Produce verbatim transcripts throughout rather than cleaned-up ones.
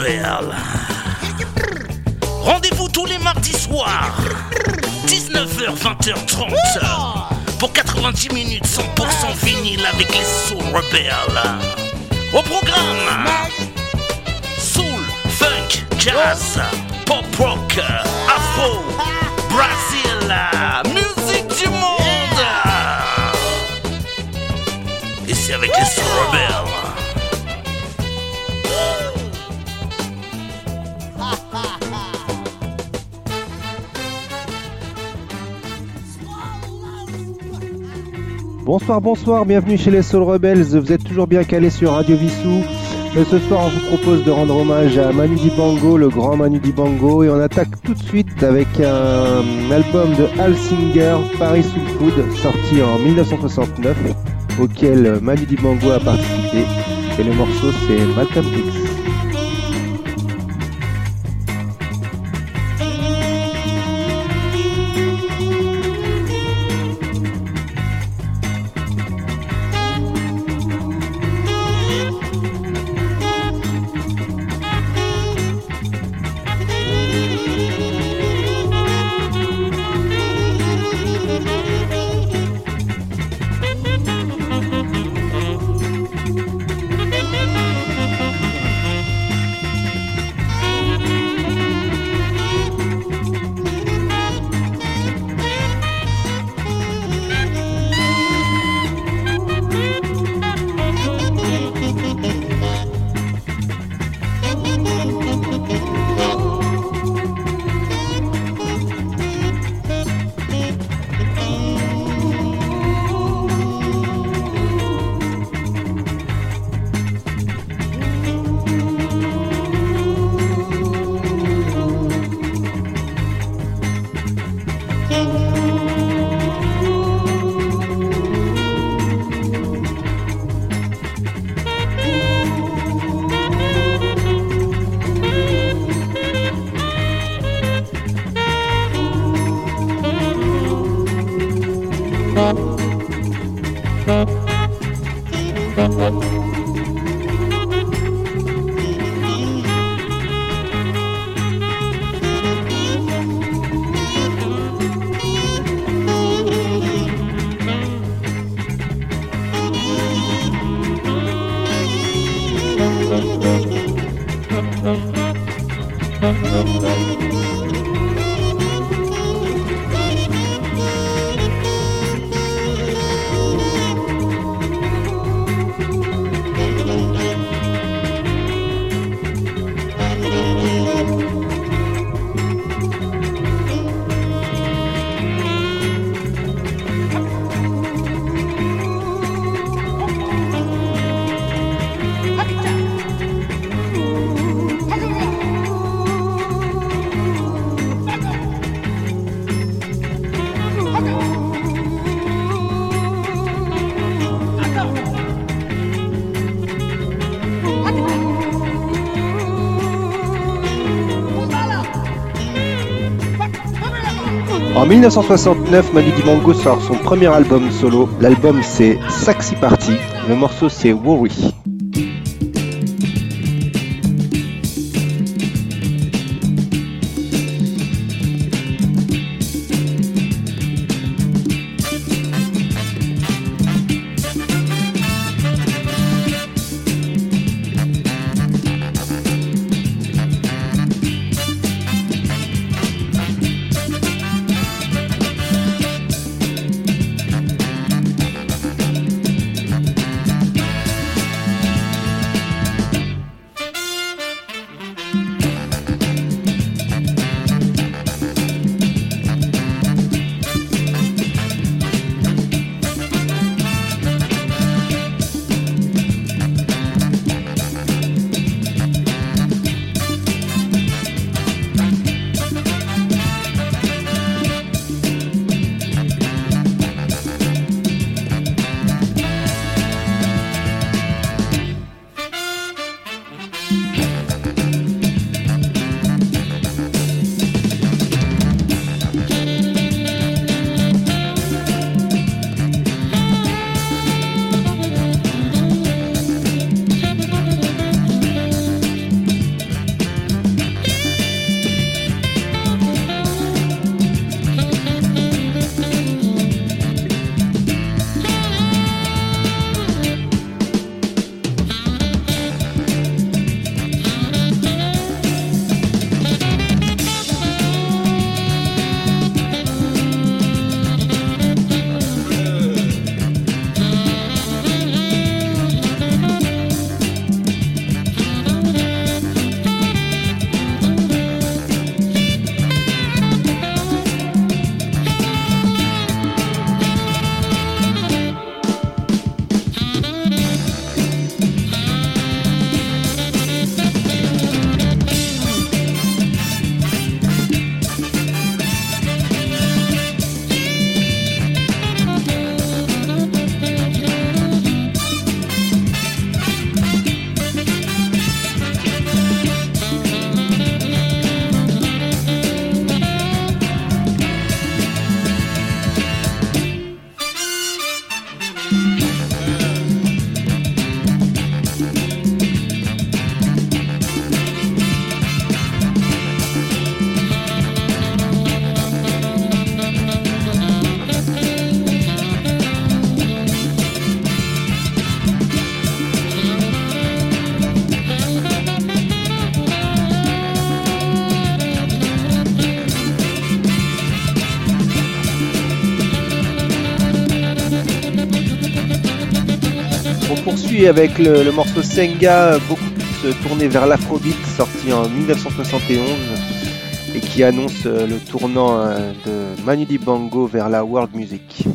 Rebelle. Rendez-vous tous les mardis soirs, dix-neuf heures vingt heures trente, pour quatre-vingt-dix minutes cent pour cent vinyle avec les Soul Rebelle. Au programme, soul, funk, jazz, pop rock, afro, Brazil, musique du monde. Et c'est avec les Soul Rebelle. Bonsoir, bonsoir, bienvenue chez les Soul Rebels, vous êtes toujours bien calés sur Radio Vissou. Et ce soir on vous propose de rendre hommage à Manu Dibango, le grand Manu Dibango, et on attaque tout de suite avec un album de Al Singer, Paris Soul Food, sorti en dix-neuf cent soixante-neuf, auquel Manu Dibango a participé, et le morceau c'est Malcolm X. En dix-neuf cent soixante-neuf, Manu Dibango sort son premier album solo. L'album c'est Saxy Party, le morceau c'est Worry. On poursuit avec le, le morceau Senga, beaucoup plus tourné vers l'afrobeat, sorti en dix-neuf cent soixante et onze et qui annonce le tournant de Manu Dibango vers la world music.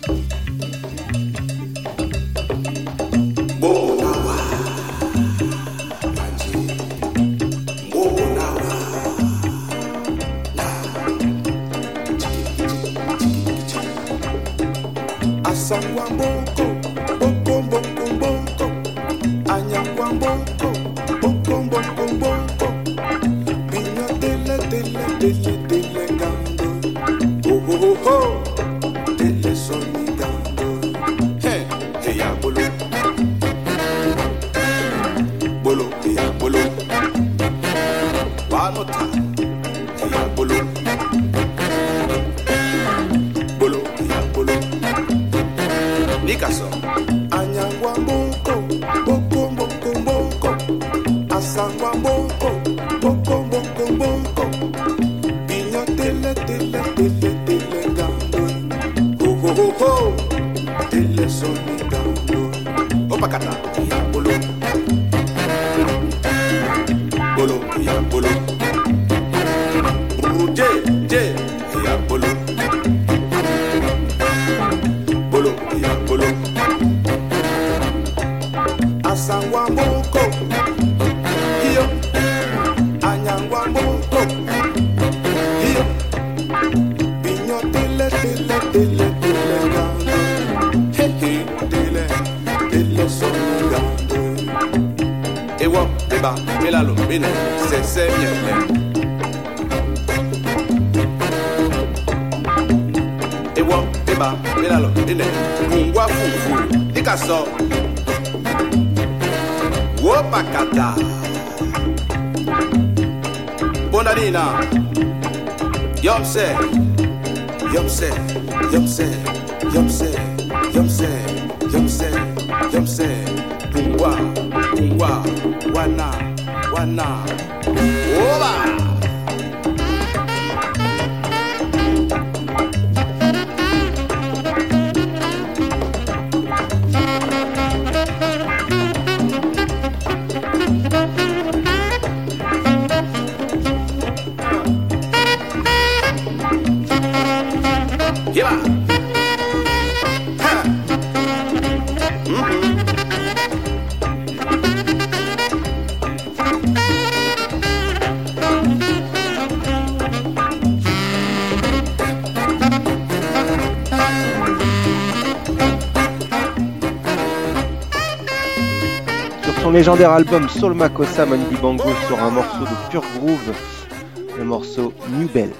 Son légendaire album Soul Makossa, Manu Dibango sur un morceau de pure groove, le morceau New Bell.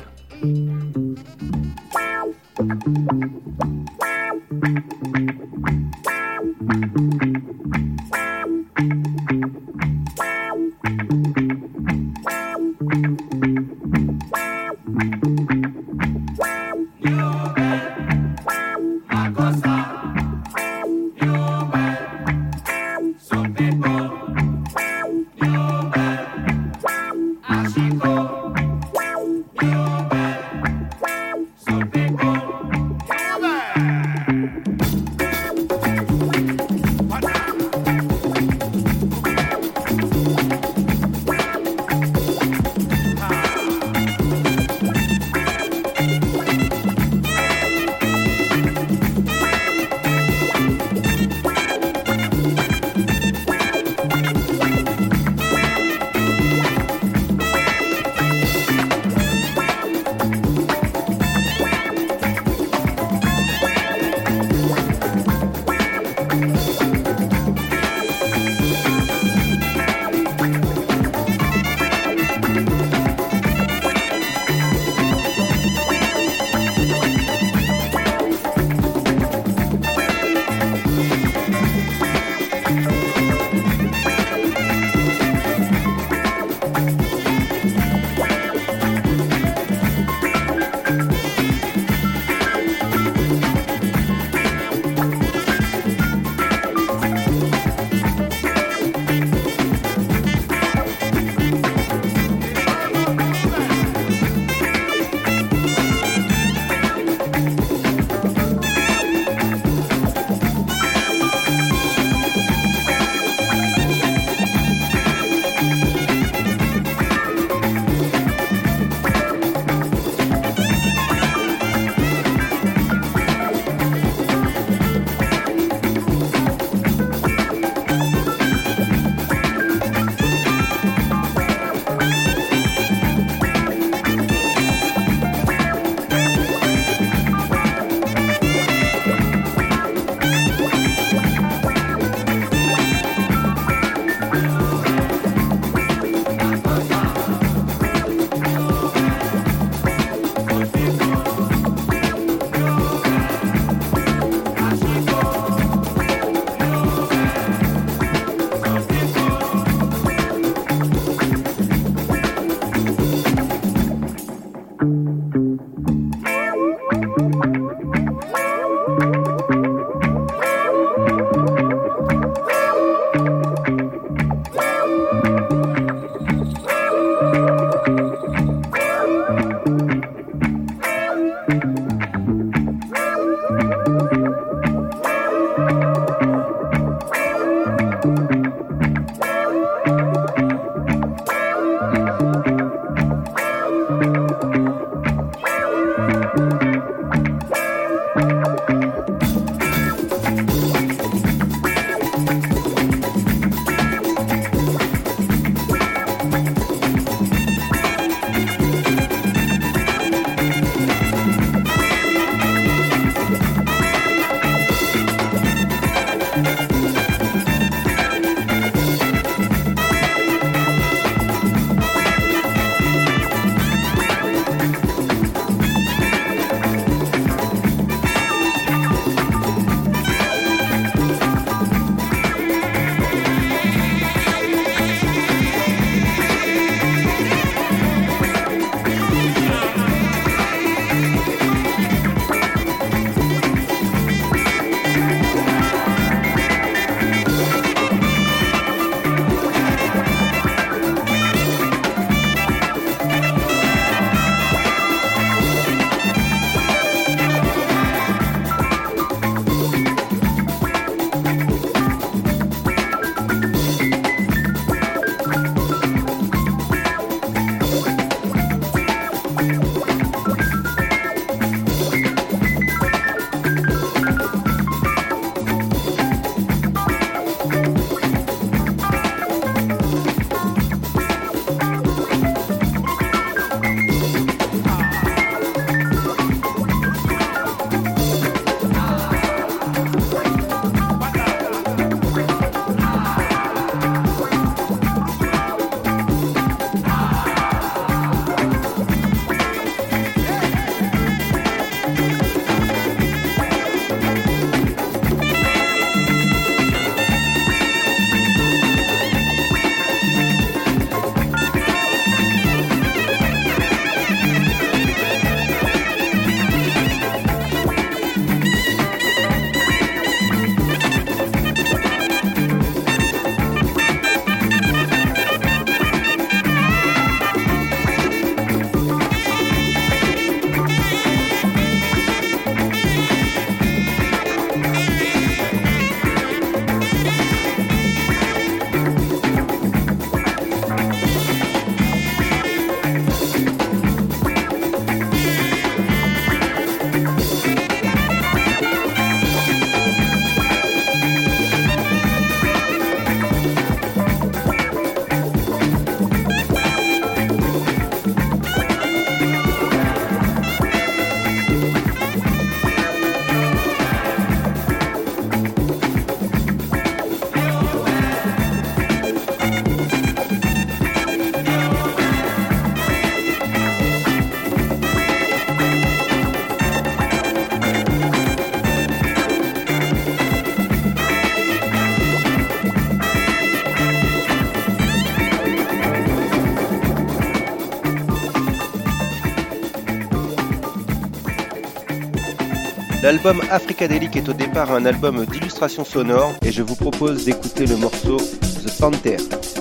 L'album Africadelic est au départ un album d'illustration sonore et je vous propose d'écouter le morceau The Panther.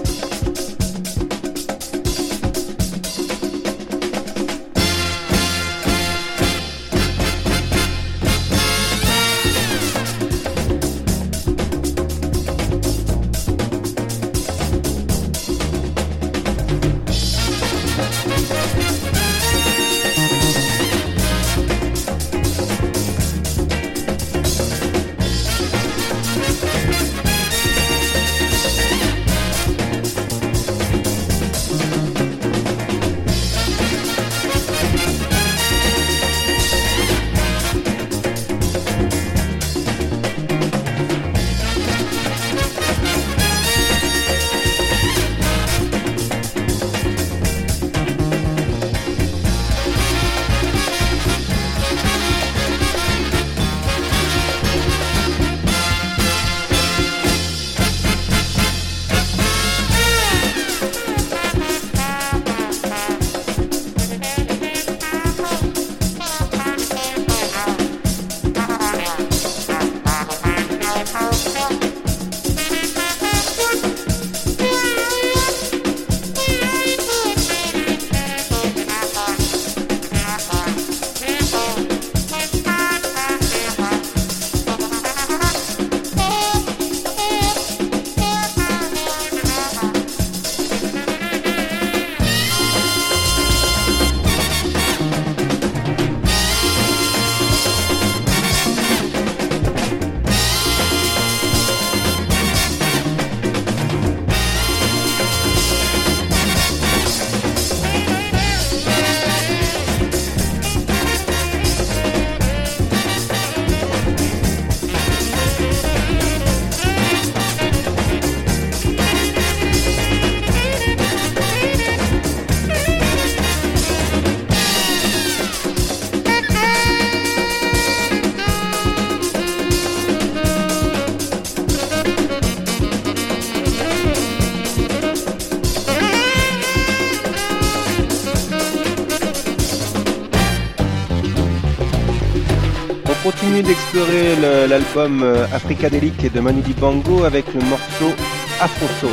On continue d'explorer le- l'album euh, Africadelic de Manu Dibango avec le morceau Afro Soul.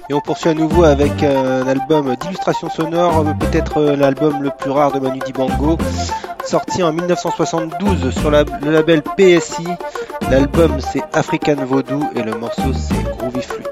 Et on poursuit à nouveau avec un album d'illustration sonore, peut-être l'album le plus rare de Manu Dibango, sorti en mille neuf cent soixante-douze sur la, le label P S I. L'album c'est African Voodoo et le morceau c'est Groovy Flute.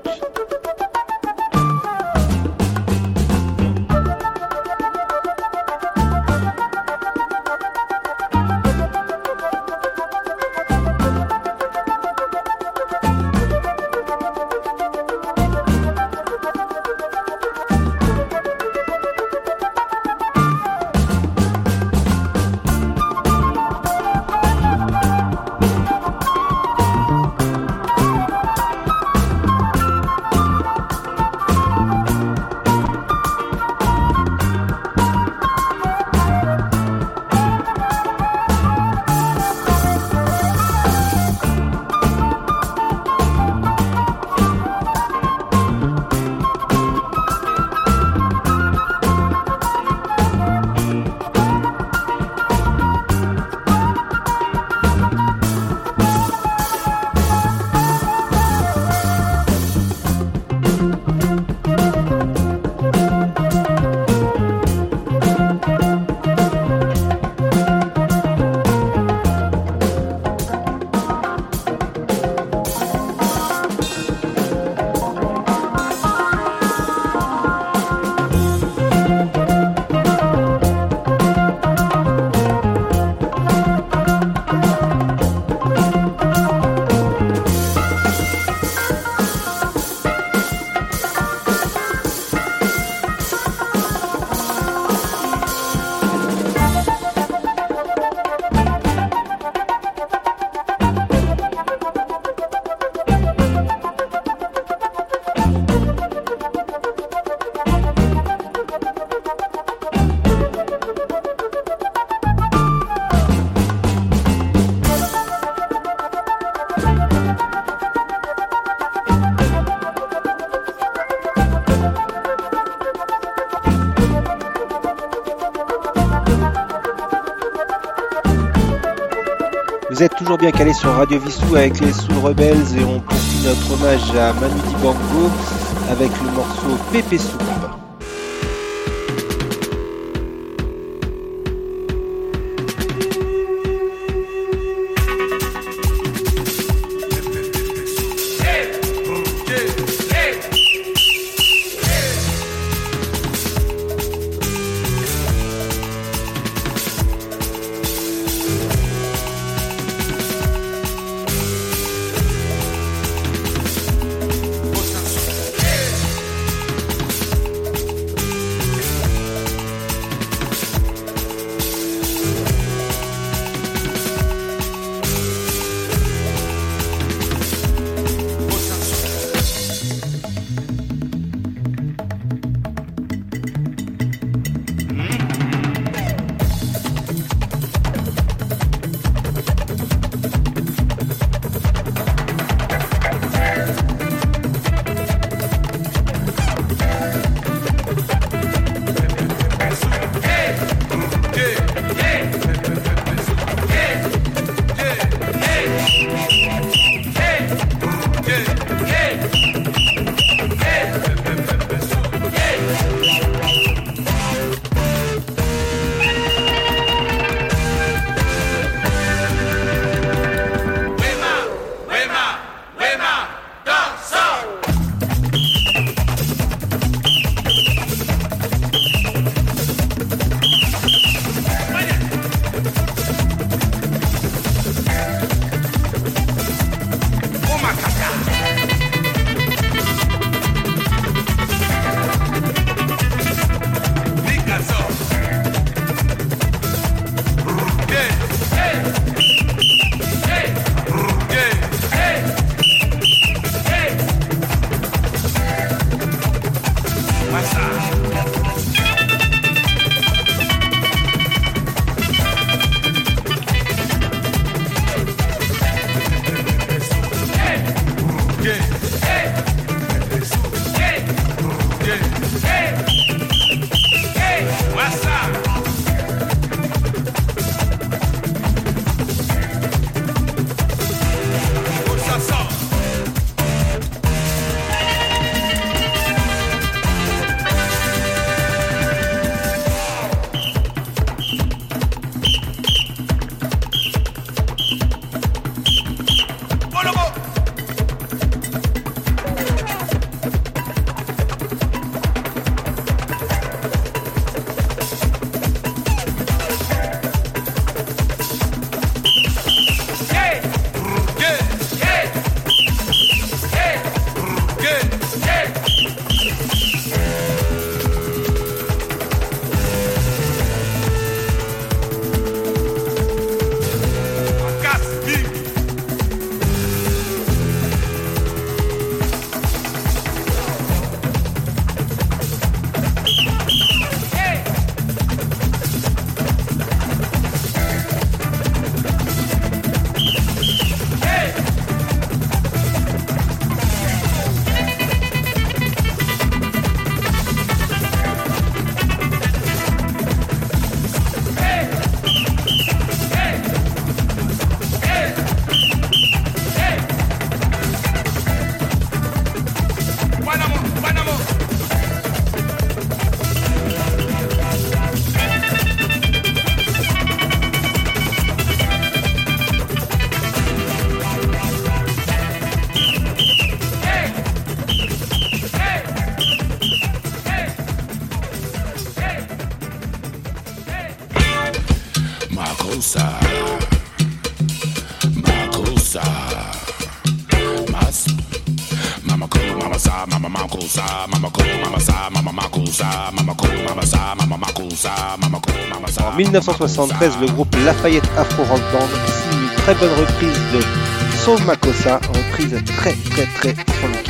Vous êtes toujours bien calé sur Radio Vissou avec les Soul Rebels et on poursuit notre hommage à Manu Dibango avec le morceau Pépé Soupe. En dix-neuf cent soixante-treize, le groupe Lafayette Afro Rock Band signe une très bonne reprise de Soul Makossa, reprise très très très funky.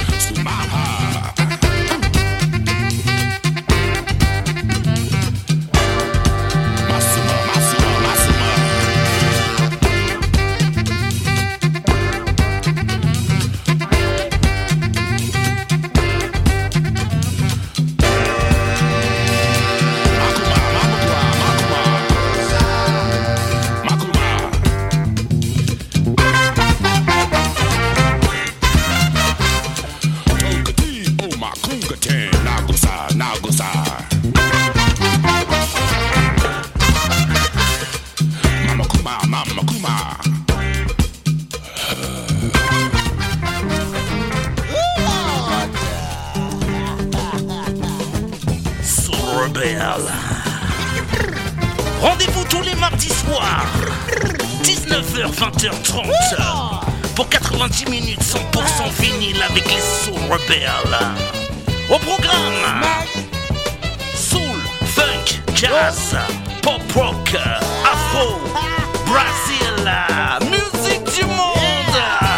Rendez-vous tous les mardis soirs, dix-neuf heures vingt heures trente, pour quatre-vingt-dix minutes cent pour cent vinyle avec les Soul Rebels. Au programme, soul, funk, jazz, pop rock, afro, Brazil, musique du monde.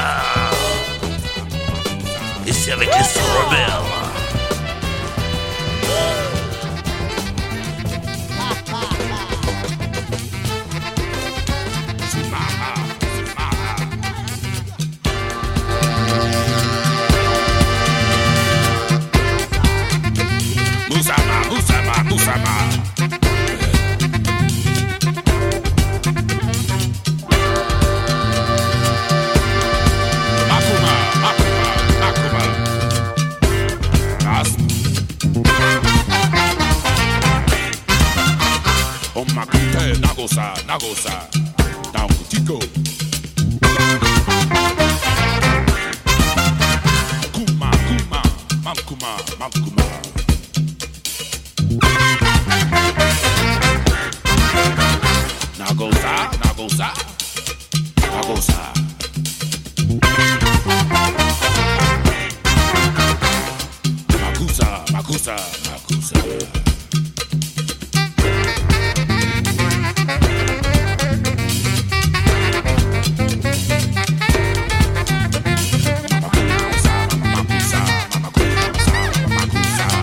Et c'est avec les Soul Rebels. Nagosa, Nagosa, down Tico. Kuma, Kuma, Mam Kuma, Mam Kuma. Nagosa, Nagosa, Nagosa. Makusa, Makusa, Makusa. Makusa,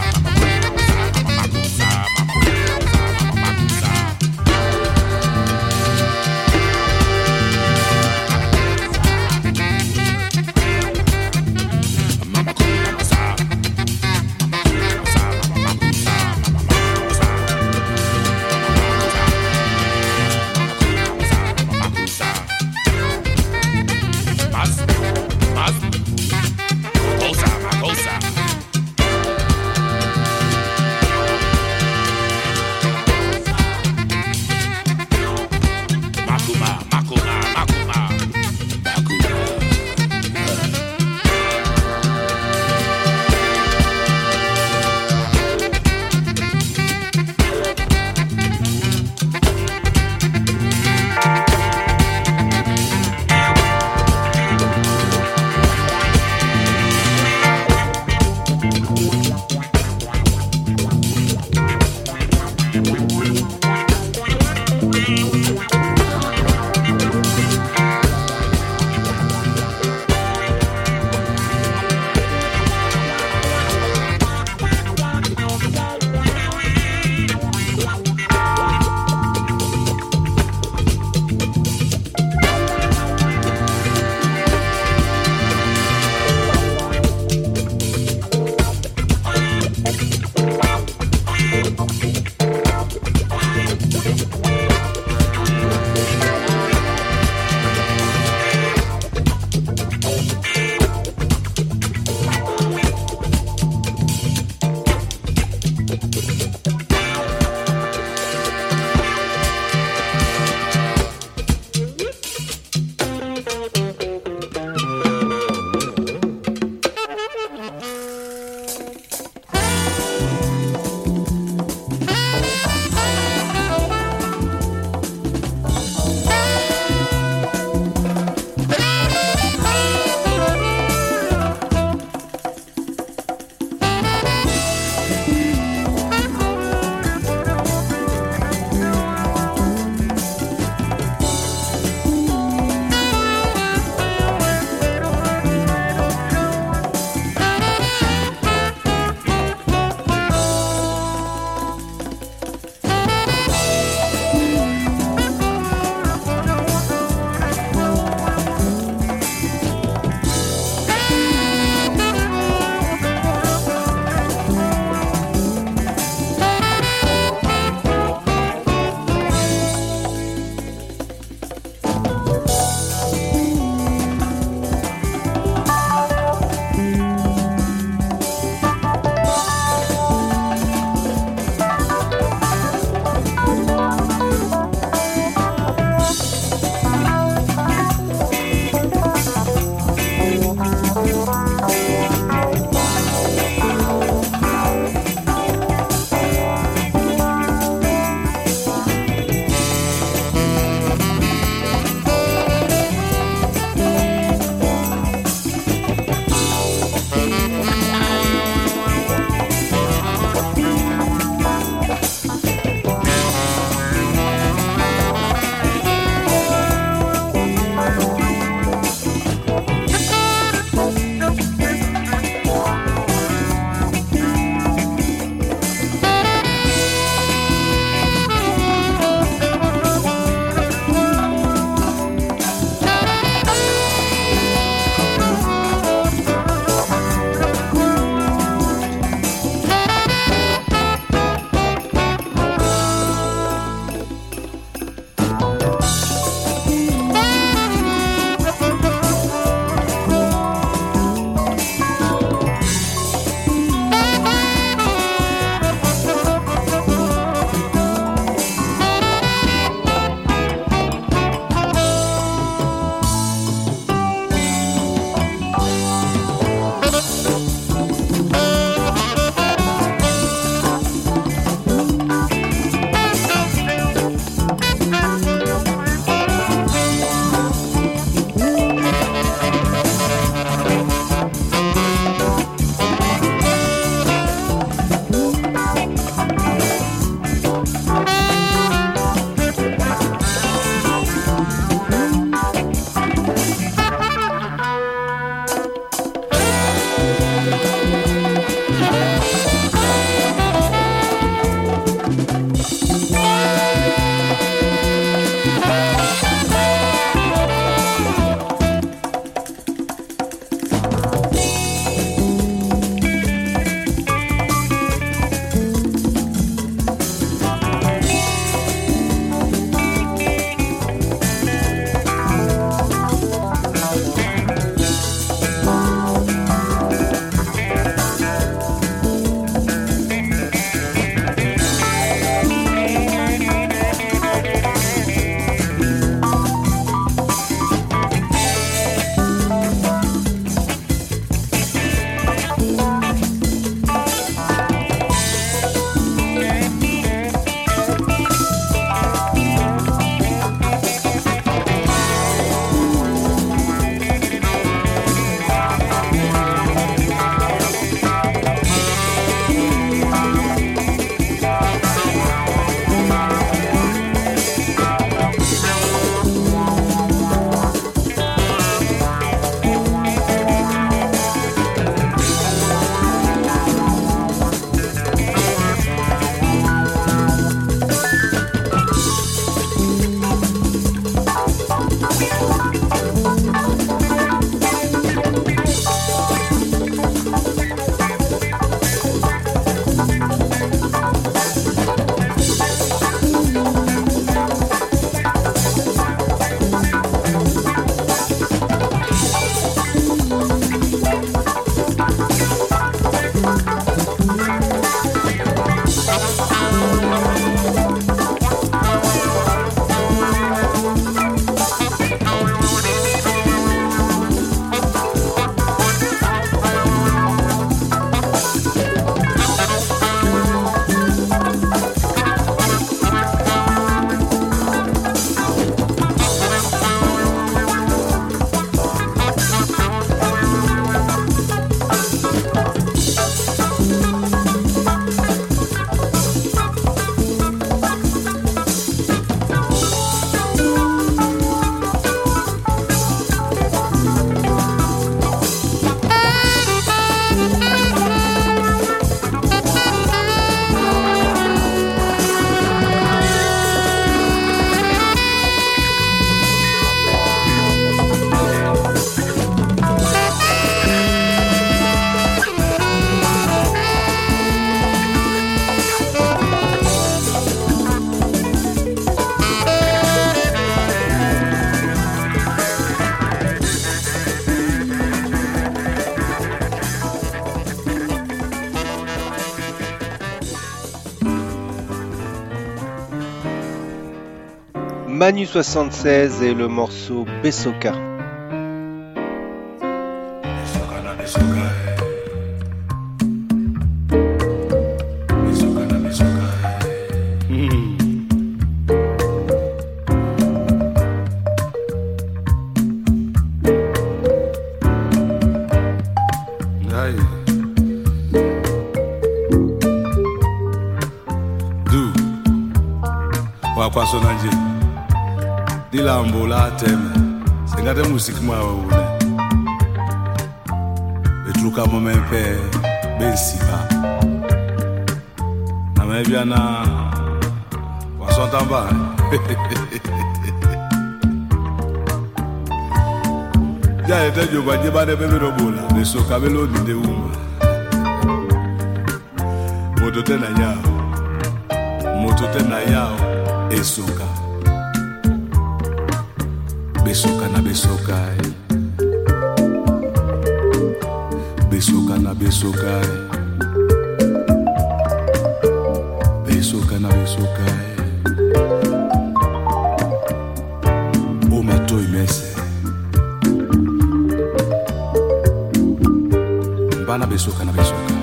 Manu soixante-seize et le morceau Besoka. Kwasonanje dilambo la teme singate music mwa une betruka momempe bensiba na mebiana wasantamba ya ete joba jeba de bebe robola besoka belo de uma moto tena yao moto tena yao Besoka, besoka na besoka, besoka na besoka, besoka na besoka. O mato imese, bana besoka na besoka.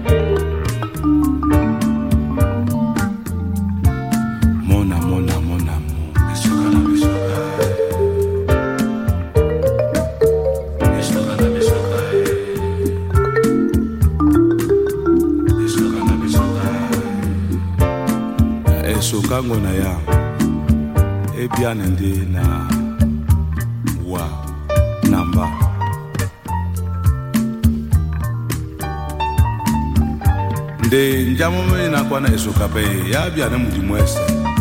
Kango na ya ebiane ndi na wa namba nde njamu na kwa na esoka pe ya biane mudi mwese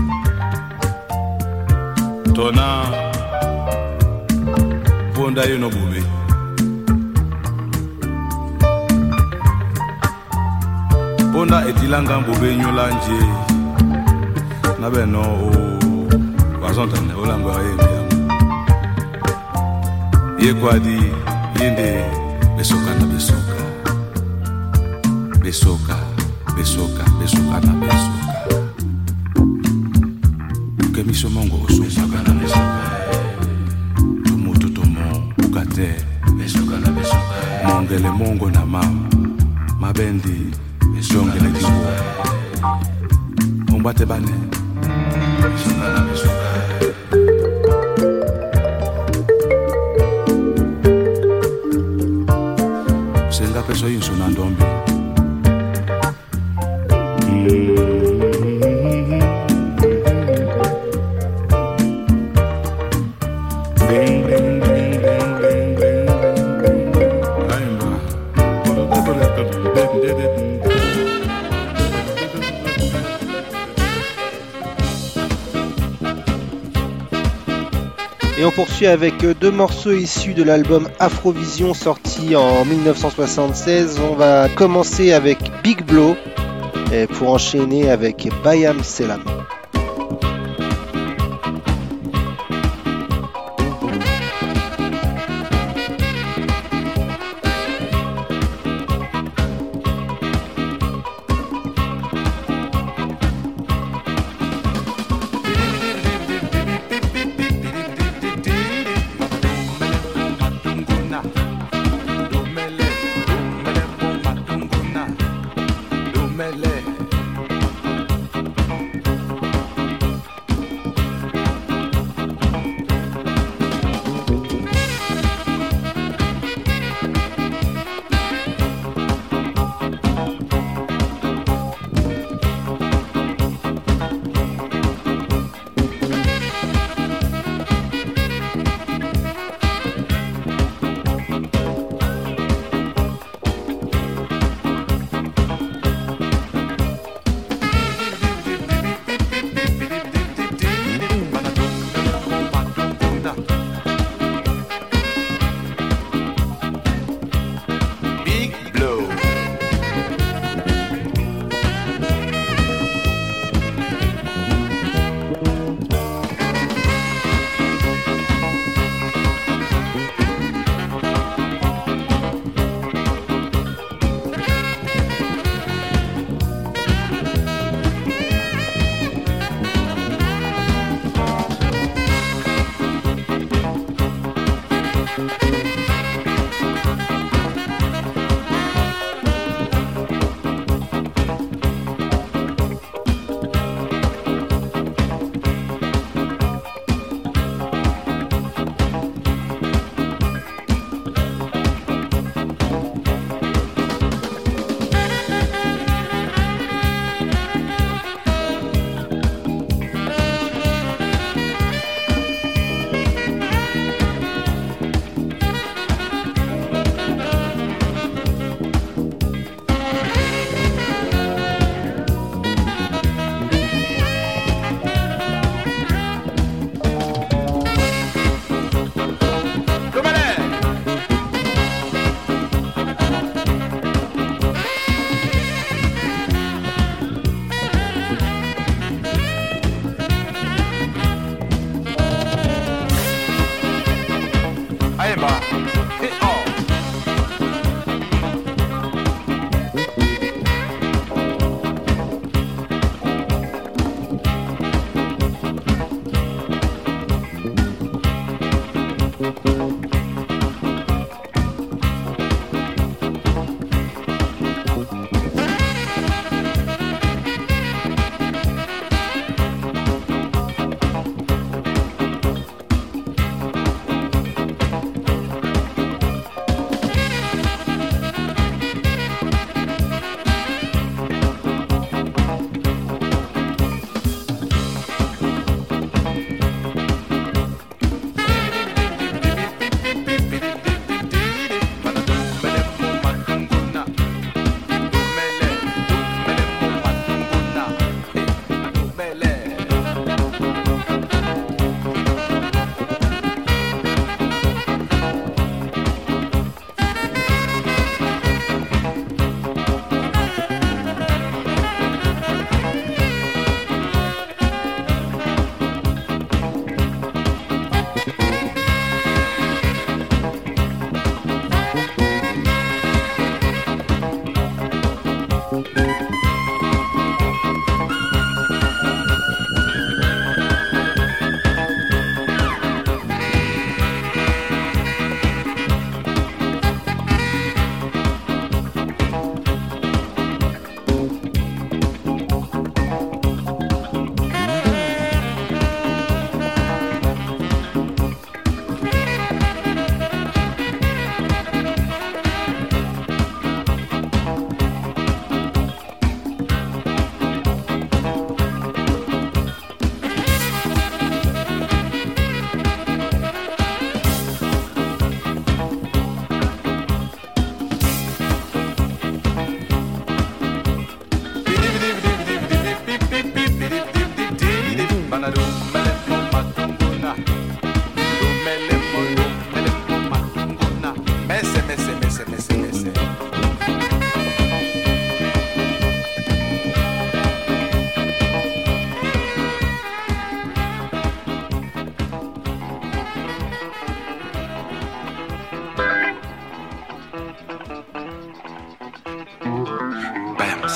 tona ponda yo no bube ponda etilanga bube nyolanje na beno o wazonta o lango ya ye kwadi yende besoka na besoka besoka besoka besoka na besoka kemiso mongo besoka na besoka tumutu tomo ukate besoka na besoka mongele mongo na mama mabendi besongele diwo ombate bane Senga peso yinso na ndombi Et on poursuit avec deux morceaux issus de l'album Afrovision sorti en mille neuf cent soixante-seize. On va commencer avec Big Blow pour enchaîner avec Bayam Selam.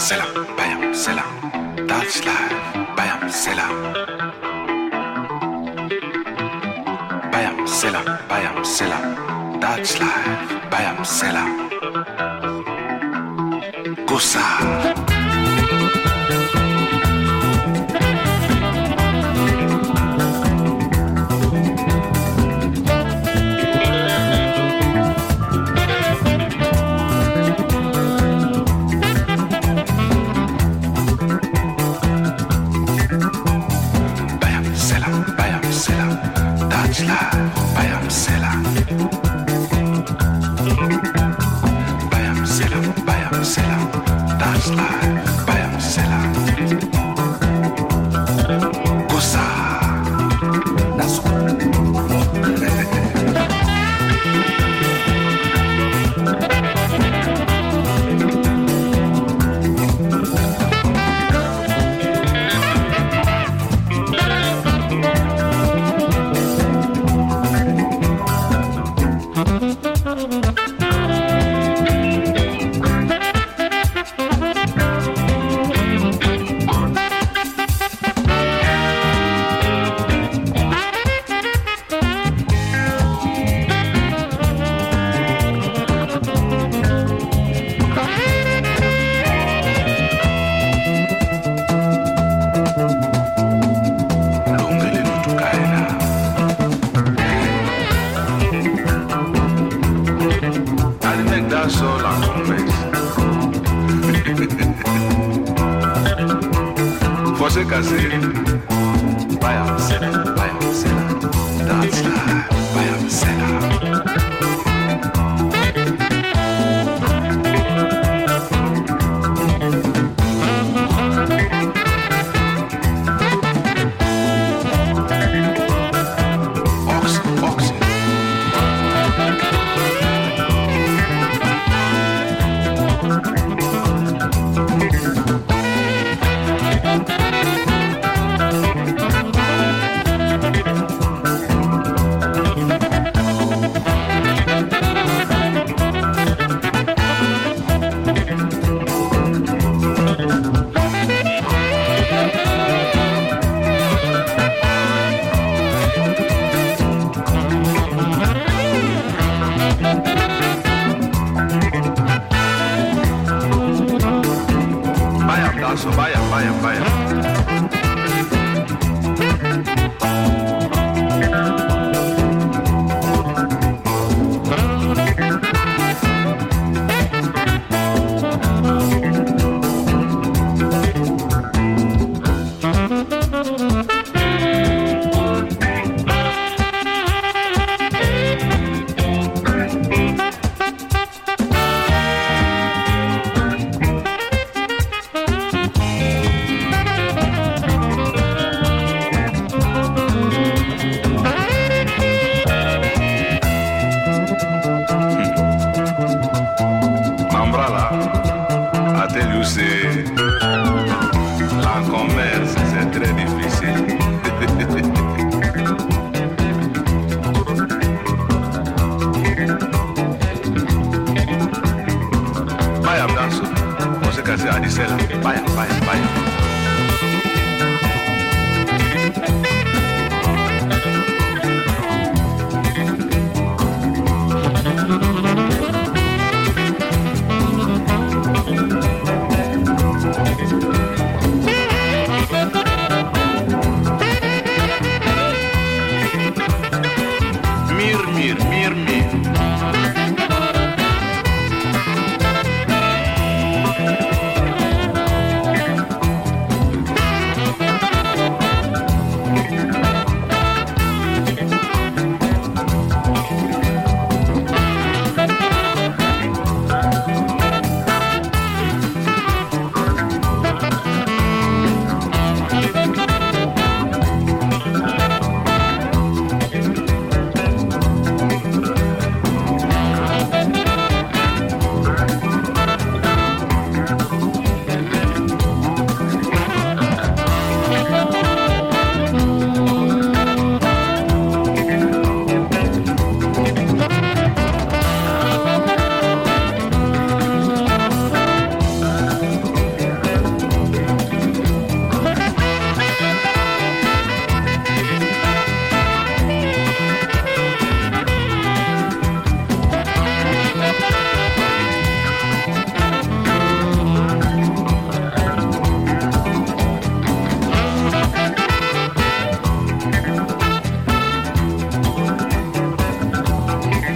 selam, bayam selam. That's life, bayam selam. Bayam selam, bayam selam. That's life, bayam selam. Kosa.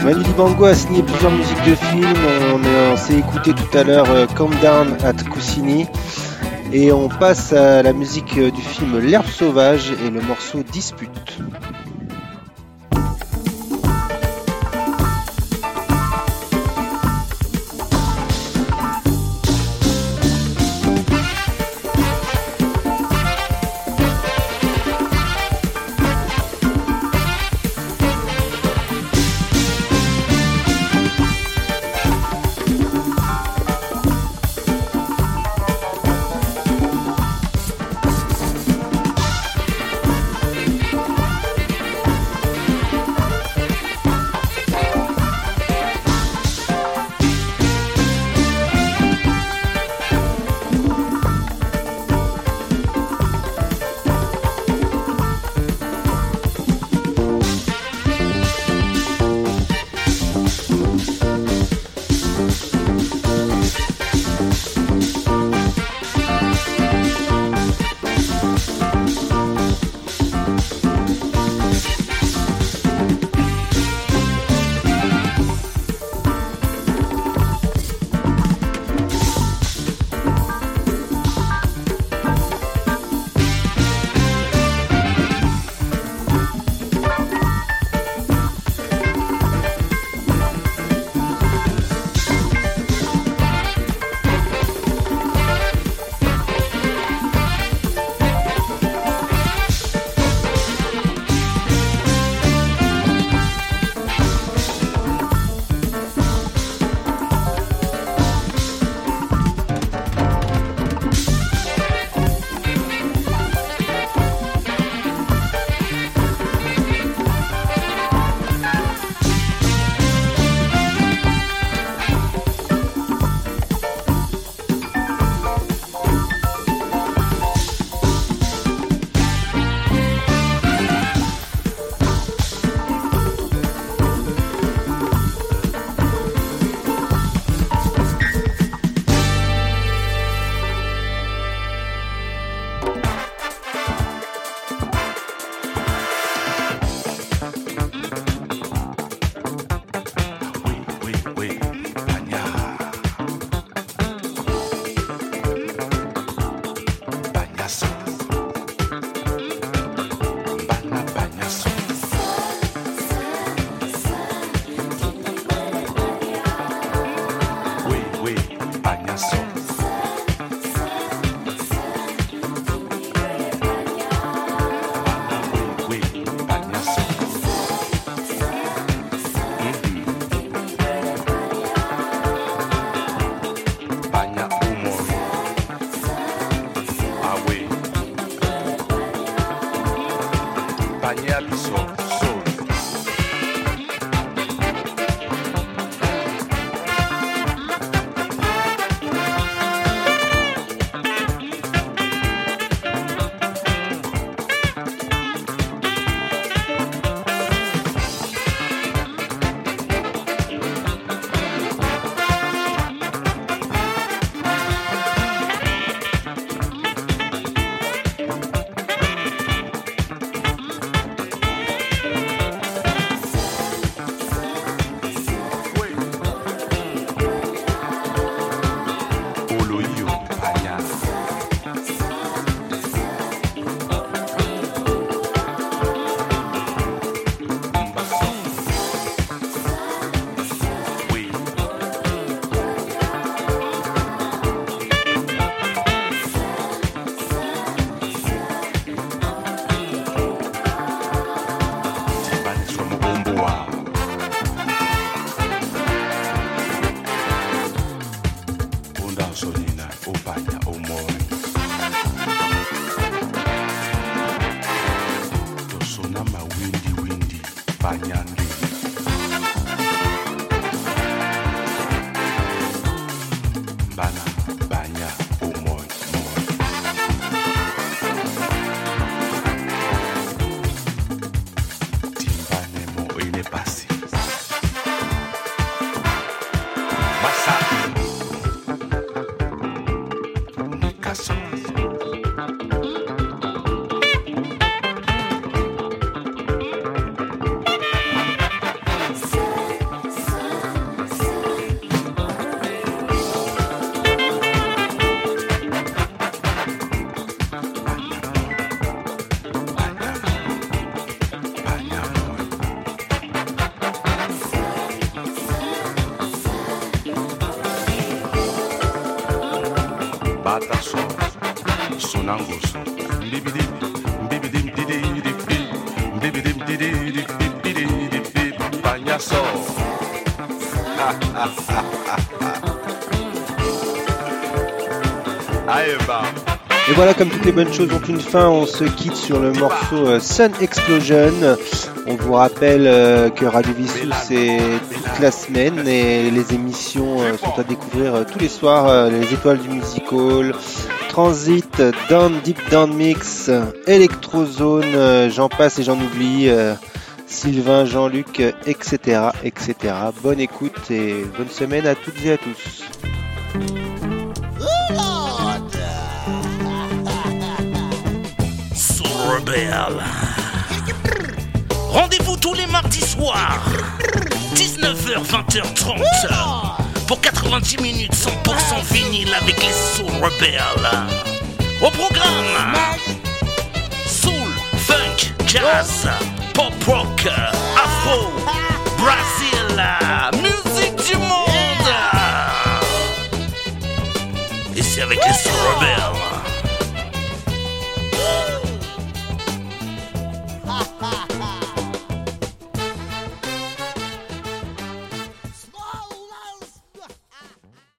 Manu Dibango a signé plusieurs musiques de films. On, on s'est écouté tout à l'heure euh, Calm Down at Coussini. Et on passe à la musique euh, du film L'Herbe Sauvage et le morceau Dispute. bataso sonangoso bibidim bibidim didi didi bibidim didi didi didi banyaso. Allez, bah. Et voilà, comme toutes les bonnes choses ont une fin, on se quitte sur le morceau euh, Sun Explosion. On vous rappelle euh, que Radio Vissou c'est toute la semaine et les émissions euh, sont à découvrir euh, tous les soirs. Euh, les étoiles du music hall, Transit, Down Deep Down Mix, Electrozone, euh, j'en passe et j'en oublie, euh, Sylvain, Jean-Luc, euh, et cetera, et cetera. Bonne écoute et bonne semaine à toutes et à tous. Rebelle. Rendez-vous tous les mardis soirs, dix-neuf heures vingt heures trente, pour quatre-vingt-dix minutes cent pour cent vinyle avec les Soul Rebelles. Au programme, soul, funk, jazz, pop rock, afro, Brésil, musique du monde. Et c'est avec les Soul Rebelles.